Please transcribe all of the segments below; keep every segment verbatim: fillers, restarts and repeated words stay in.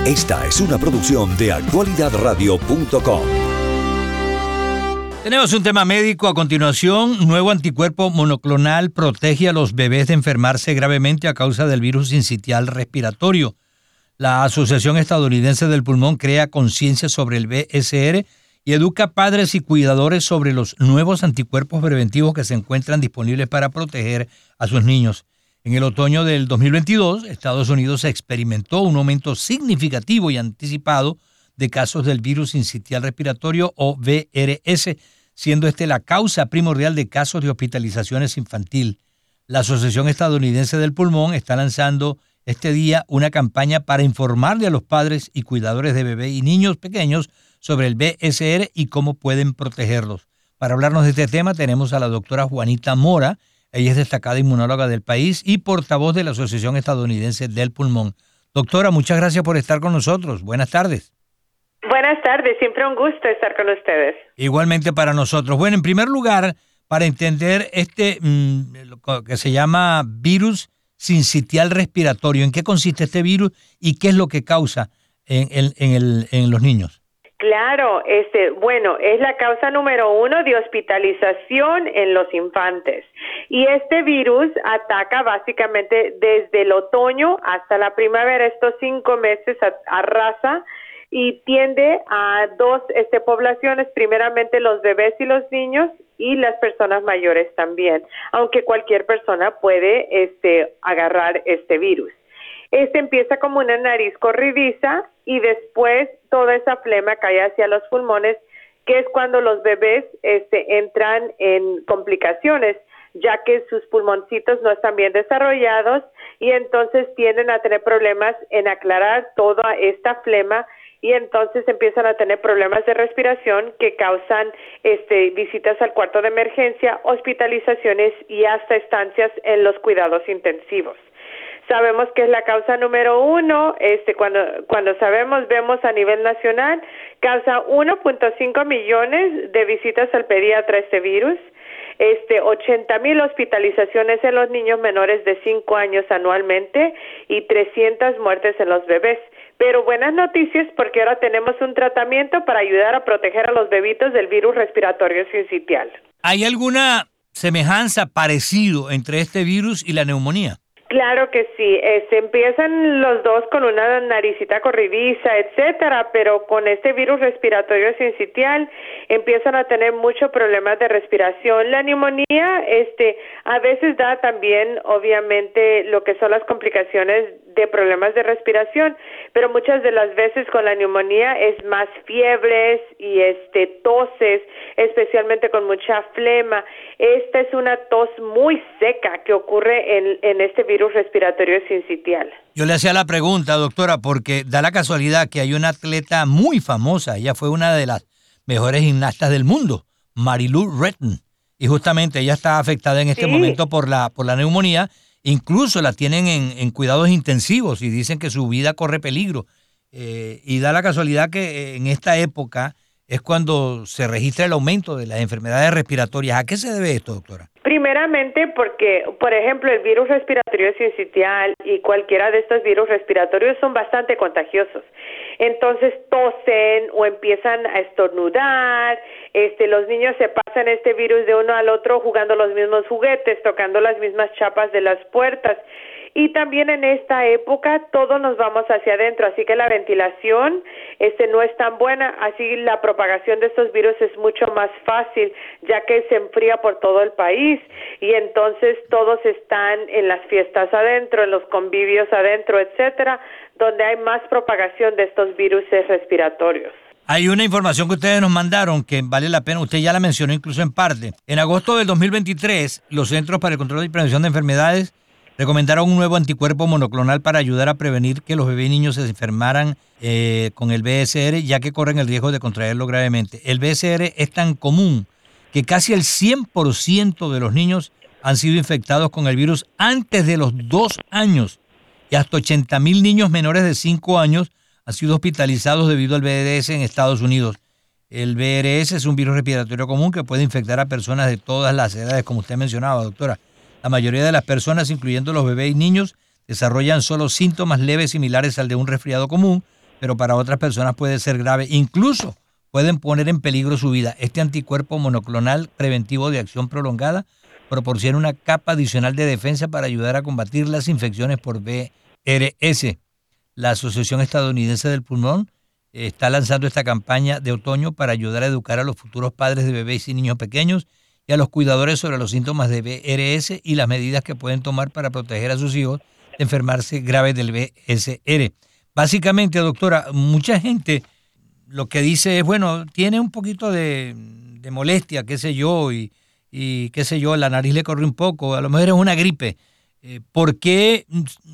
Esta es una producción de actualidad radio punto com. Tenemos un tema médico a continuación. Nuevo anticuerpo monoclonal protege a los bebés de enfermarse gravemente a causa del virus sincitial respiratorio. La Asociación Estadounidense del Pulmón crea conciencia sobre el V S R y educa a padres y cuidadores sobre los nuevos anticuerpos preventivos que se encuentran disponibles para proteger a sus niños. En el otoño del dos mil veintidós, Estados Unidos experimentó un aumento significativo y anticipado de casos del virus sincitial respiratorio o V R S, siendo este la causa primordial de casos de hospitalizaciones infantil. La Asociación Estadounidense del Pulmón está lanzando este día una campaña para informarle a los padres y cuidadores de bebés y niños pequeños sobre el V S R y cómo pueden protegerlos. Para hablarnos de este tema tenemos a la doctora Juanita Mora. Ella es destacada inmunóloga del país y portavoz de la Asociación Estadounidense del Pulmón. Doctora, muchas gracias por estar con nosotros. Buenas tardes. Buenas tardes, siempre un gusto estar con ustedes. Igualmente para nosotros. Bueno, en primer lugar, para entender este mmm, lo que se llama virus sincitial respiratorio, ¿en qué consiste este virus y qué es lo que causa en, en, en, el, en los niños? Claro, este, bueno, es la causa número uno de hospitalización en los infantes. Y este virus ataca básicamente desde el otoño hasta la primavera, estos cinco meses arrasa y tiende a dos este, poblaciones, primeramente los bebés y los niños y las personas mayores también, aunque cualquier persona puede este, agarrar este virus. Este empieza como una nariz corridiza y después toda esa flema cae hacia los pulmones, que es cuando los bebés este, entran en complicaciones, ya que sus pulmoncitos no están bien desarrollados y entonces tienden a tener problemas en aclarar toda esta flema y entonces empiezan a tener problemas de respiración que causan este, visitas al cuarto de emergencia, hospitalizaciones y hasta estancias en los cuidados intensivos. Sabemos que es la causa número uno, este, cuando, cuando sabemos, vemos a nivel nacional, causa uno punto cinco millones de visitas al pediatra este virus, este, ochenta mil hospitalizaciones en los niños menores de cinco años anualmente y trescientas muertes en los bebés. Pero buenas noticias porque ahora tenemos un tratamiento para ayudar a proteger a los bebitos del virus respiratorio sincitial. ¿Hay alguna semejanza, parecido entre este virus y la neumonía? Claro que sí, este, empiezan los dos con una naricita corridiza, etcétera, pero con este virus respiratorio sincitial empiezan a tener muchos problemas de respiración. La neumonía, este, a veces da también, obviamente, lo que son las complicaciones de problemas de respiración, pero muchas de las veces con la neumonía es más fiebres y este toses, especialmente con mucha flema. Esta es una tos muy seca que ocurre en, en este virus respiratorio sincitial. Yo le hacía la pregunta, doctora, porque da la casualidad que hay una atleta muy famosa, ella fue una de las mejores gimnastas del mundo, Marilu Retton, y justamente ella está afectada en este sí. momento por la, por la neumonía. Incluso la tienen en, en cuidados intensivos y dicen que su vida corre peligro. Eh, y da la casualidad que en esta época es cuando se registra el aumento de las enfermedades respiratorias. ¿A qué se debe esto, doctora? Primeramente porque, por ejemplo, el virus respiratorio sincitial y cualquiera de estos virus respiratorios son bastante contagiosos. Entonces tosen o empiezan a estornudar, este, los niños se pasan este virus de uno al otro jugando los mismos juguetes, tocando las mismas chapas de las puertas. Y también en esta época todos nos vamos hacia adentro, así que la ventilación este, no es tan buena, así la propagación de estos virus es mucho más fácil, ya que se enfría por todo el país y entonces todos están en las fiestas adentro, en los convivios adentro, etcétera, donde hay más propagación de estos virus respiratorios. Hay una información que ustedes nos mandaron que vale la pena, usted ya la mencionó incluso en parte. En agosto del dos mil veintitrés, los Centros para el Control y Prevención de Enfermedades recomendaron un nuevo anticuerpo monoclonal para ayudar a prevenir que los bebés y niños se enfermaran eh, con el V S R, ya que corren el riesgo de contraerlo gravemente. El V S R es tan común que casi el cien por ciento de los niños han sido infectados con el virus antes de los dos años y hasta ochenta mil niños menores de cinco años han sido hospitalizados debido al V R S en Estados Unidos. El V R S es un virus respiratorio común que puede infectar a personas de todas las edades, como usted mencionaba, doctora. La mayoría de las personas, incluyendo los bebés y niños, desarrollan solo síntomas leves similares al de un resfriado común, pero para otras personas puede ser grave. Incluso pueden poner en peligro su vida. Este anticuerpo monoclonal preventivo de acción prolongada proporciona una capa adicional de defensa para ayudar a combatir las infecciones por V R S. La Asociación Estadounidense del Pulmón está lanzando esta campaña de otoño para ayudar a educar a los futuros padres de bebés y niños pequeños y a los cuidadores sobre los síntomas de V R S y las medidas que pueden tomar para proteger a sus hijos de enfermarse grave del V S R. Básicamente, doctora, mucha gente lo que dice es, bueno, tiene un poquito de, de molestia, qué sé yo, y, y qué sé yo, la nariz le corre un poco, a lo mejor es una gripe. Eh, ¿Por qué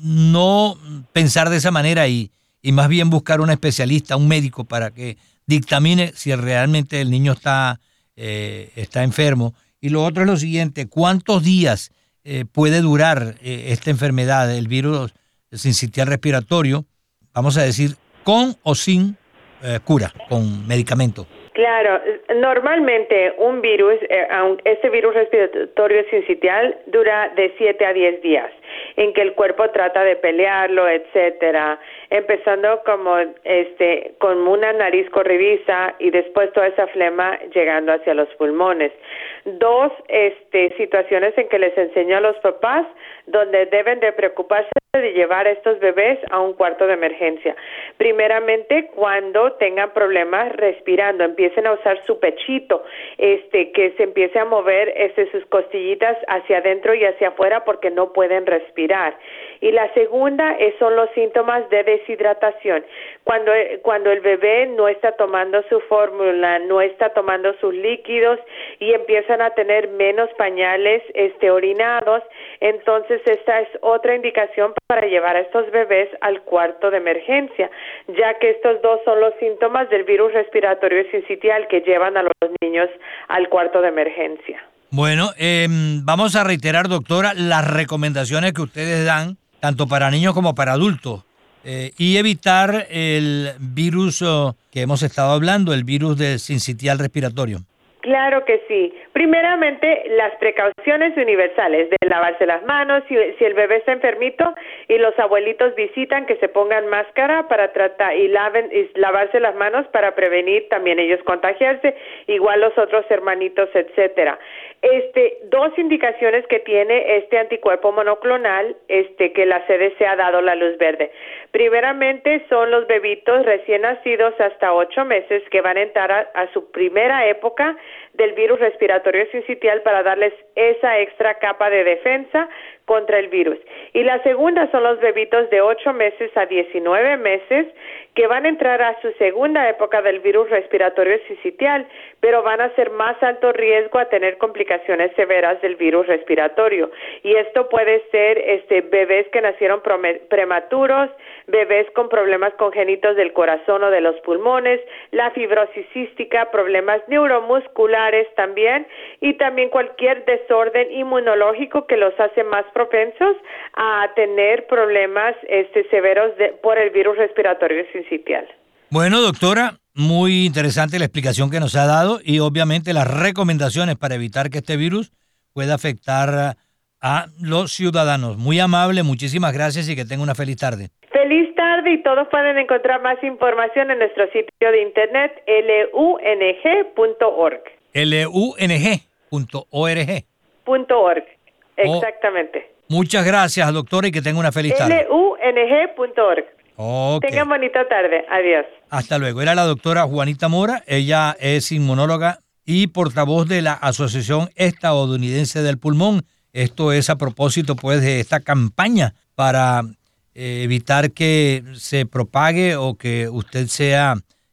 no pensar de esa manera y, y más bien buscar un especialista, un médico, para que dictamine si realmente el niño está, eh, está enfermo? Y lo otro es lo siguiente, ¿cuántos días eh, puede durar eh, esta enfermedad, el virus sincitial respiratorio? Vamos a decir, con o sin eh, cura, con medicamento. Claro, normalmente un virus, eh, este virus respiratorio sincitial dura de siete a diez días, en que el cuerpo trata de pelearlo, etcétera, empezando como este con una nariz corrediza y después toda esa flema llegando hacia los pulmones. Dos este situaciones en que les enseño a los papás donde deben de preocuparse de llevar a estos bebés a un cuarto de emergencia. Primeramente, cuando tengan problemas respirando, empiecen a usar su pechito, este, que se empiece a mover este, sus costillitas hacia adentro y hacia afuera porque no pueden respirar. Y la segunda es, son los síntomas de deshidratación. Cuando, cuando el bebé no está tomando su fórmula, no está tomando sus líquidos y empiezan a tener menos pañales este, orinados, entonces esta es otra indicación para llevar a estos bebés al cuarto de emergencia, ya que estos dos son los síntomas del virus respiratorio sincitial que llevan a los niños al cuarto de emergencia. Bueno, eh, vamos a reiterar, doctora, las recomendaciones que ustedes dan, tanto para niños como para adultos, eh, y evitar el virus oh, que hemos estado hablando, el virus de sincitial respiratorio. Claro que sí. Primeramente, las precauciones universales de lavarse las manos, si, si el bebé está enfermito y los abuelitos visitan, que se pongan máscara para tratar y laven y lavarse las manos para prevenir también ellos contagiarse, igual los otros hermanitos, etcétera. Este, dos indicaciones que tiene este anticuerpo monoclonal, este, que la C D C ha dado la luz verde. Primeramente, son los bebitos recién nacidos hasta ocho meses que van a entrar a, a su primera época del virus respiratorio sincitial para darles esa extra capa de defensa contra el virus. Y la segunda son los bebitos de ocho meses a diecinueve meses que van a entrar a su segunda época del virus respiratorio sincitial, pero van a ser más alto riesgo a tener complicaciones severas del virus respiratorio. Y esto puede ser este bebés que nacieron prematuros, bebés con problemas congénitos del corazón o de los pulmones, la fibrosis cística, problemas neuromusculares también, y también cualquier desorden inmunológico que los hace más propensos a tener problemas este, severos de, por el virus respiratorio sincitial. Bueno, doctora, muy interesante la explicación que nos ha dado y obviamente las recomendaciones para evitar que este virus pueda afectar a los ciudadanos. Muy amable, muchísimas gracias y que tenga una feliz tarde. Feliz tarde y todos pueden encontrar más información en nuestro sitio de internet L U N G punto org. L U N G punto org. Punto org, exactamente. Oh, muchas gracias, doctora, y que tenga una feliz tarde. L U N G punto org. Okay. Tengan bonita tarde. Adiós. Hasta luego. Era la doctora Juanita Mora. Ella es inmunóloga y portavoz de la Asociación Estadounidense del Pulmón. Esto es a propósito, pues, de esta campaña para eh, evitar que se propague o que usted sea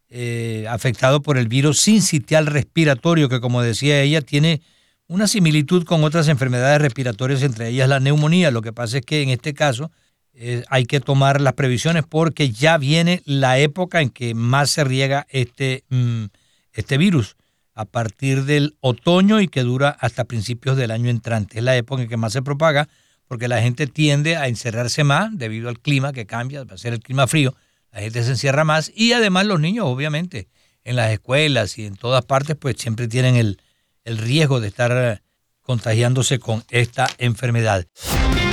eh, afectado por el virus sincitial respiratorio, que, como decía ella, tiene una similitud con otras enfermedades respiratorias, entre ellas la neumonía. Lo que pasa es que en este caso eh, hay que tomar las previsiones porque ya viene la época en que más se riega este, mm, este virus, a partir del otoño y que dura hasta principios del año entrante. Es la época en que más se propaga porque la gente tiende a encerrarse más debido al clima que cambia, va a ser el clima frío, la gente se encierra más y además los niños, obviamente, en las escuelas y en todas partes, pues siempre tienen el, el riesgo de estar contagiándose con esta enfermedad.